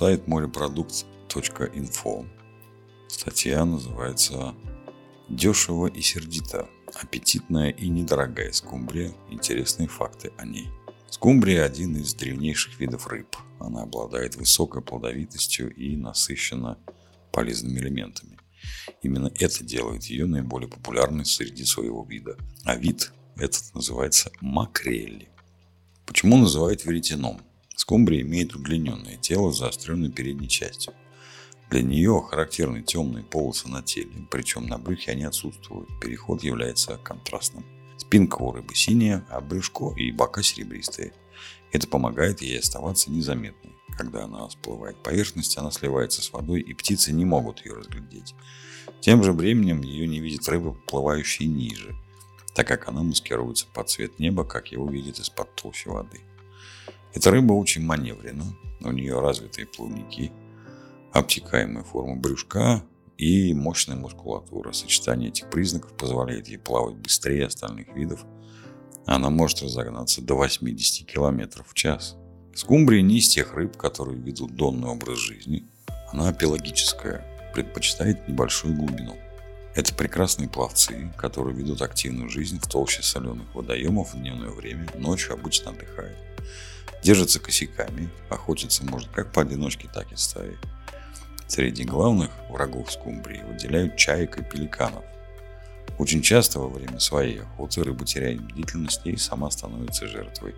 Сайт морепродукт.инфо. Статья называется «Дешево и сердито. Аппетитная и недорогая скумбрия. Интересные факты о ней». Скумбрия – один из древнейших видов рыб. Она обладает высокой плодовитостью и насыщена полезными элементами. Именно это делает ее наиболее популярной среди своего вида. А вид этот называется макрелли. Почему называют веретеном? Скумбрия имеет удлиненное тело с заостренной передней частью. Для нее характерны темные полосы на теле, причем на брюхе они отсутствуют. Переход является контрастным. Спинка у рыбы синяя, а брюшко и бока серебристые. Это помогает ей оставаться незаметной. Когда она всплывает к поверхности, она сливается с водой, и птицы не могут ее разглядеть. Тем же временем ее не видят рыбы, плывающие ниже, так как она маскируется под цвет неба, как его видят из-под толщи воды. Эта рыба очень маневренна, у нее развитые плавники, обтекаемая форма брюшка и мощная мускулатура. Сочетание этих признаков позволяет ей плавать быстрее остальных видов. Она может разогнаться до 80 км в час. Скумбрия не из тех рыб, которые ведут донный образ жизни. Она пелагическая, предпочитает небольшую глубину. Это прекрасные пловцы, которые ведут активную жизнь в толще соленых водоемов в дневное время, ночью обычно отдыхают. Держатся косяками, охотиться может как поодиночке, так и стаей. Среди главных врагов скумбрии выделяют чаек и пеликанов. Очень часто во время своей охоты рыба теряет бдительность и сама становится жертвой.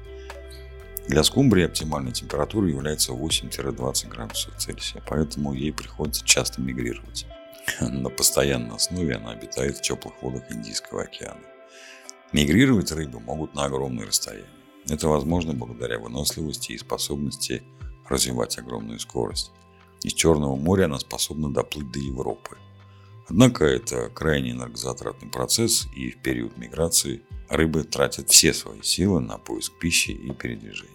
Для скумбрии оптимальной температурой является 8-20 градусов Цельсия, поэтому ей приходится часто мигрировать. На постоянной основе она обитает в теплых водах Индийского океана. Мигрировать рыбы могут на огромные расстояния. Это возможно благодаря выносливости и способности развивать огромную скорость. Из Черного моря она способна доплыть до Европы. Однако это крайне энергозатратный процесс, и в период миграции рыбы тратят все свои силы на поиск пищи и передвижения.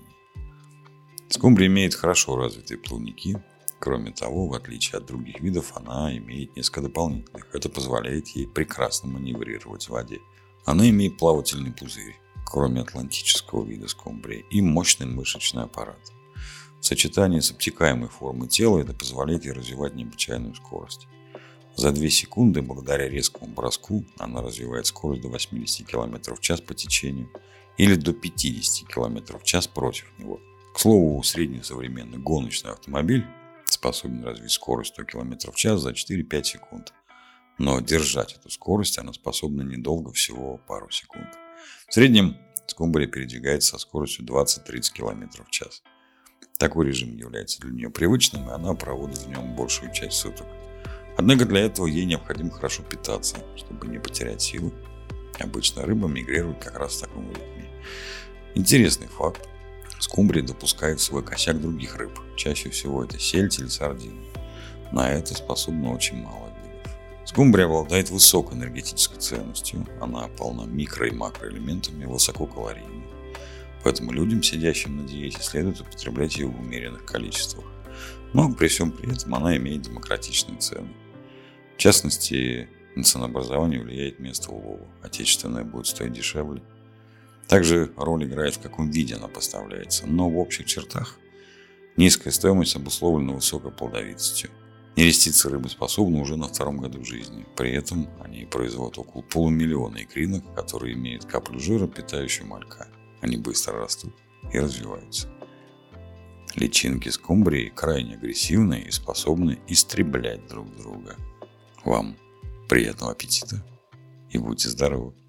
Скумбрия имеет хорошо развитые плавники. Кроме того, в отличие от других видов, она имеет несколько дополнительных. Это позволяет ей прекрасно маневрировать в воде. Она имеет плавательный пузырь, кроме атлантического вида скумбрии, и мощный мышечный аппарат. В сочетании с обтекаемой формой тела это позволяет ей развивать необычайную скорость. За 2 секунды, благодаря резкому броску, она развивает скорость до 80 км в час по течению или до 50 км в час против него. К слову, средний современный гоночный автомобиль способен развить скорость 100 км в час за 4-5 секунд. Но держать эту скорость она способна недолго, всего пару секунд. В среднем скумбрия передвигается со скоростью 20-30 км в час. Такой режим является для нее привычным, и она проводит в нем большую часть суток. Однако для этого ей необходимо хорошо питаться, чтобы не потерять силы. Обычно рыба мигрирует как раз в таком ритме. Интересный факт. Скумбрия допускает в свой косяк других рыб. Чаще всего это сельдь или сардины. На это способно очень мало видов. Скумбрия обладает высокой энергетической ценностью. Она полна микро- и макроэлементами, высококалорийна. Поэтому людям, сидящим на диете, следует употреблять ее в умеренных количествах. Но при всем при этом она имеет демократичные цены. В частности, на ценообразование влияет место улова. Отечественное будет стоить дешевле. Также роль играет, в каком виде она поставляется. Но в общих чертах низкая стоимость обусловлена высокой плодовитостью. Нерестицы рыбы способны уже на 2-м году жизни. При этом они производят около 500 000 икринок, которые имеют каплю жира, питающую малька. Они быстро растут и развиваются. Личинки скумбрии крайне агрессивны и способны истреблять друг друга. Вам приятного аппетита и будьте здоровы!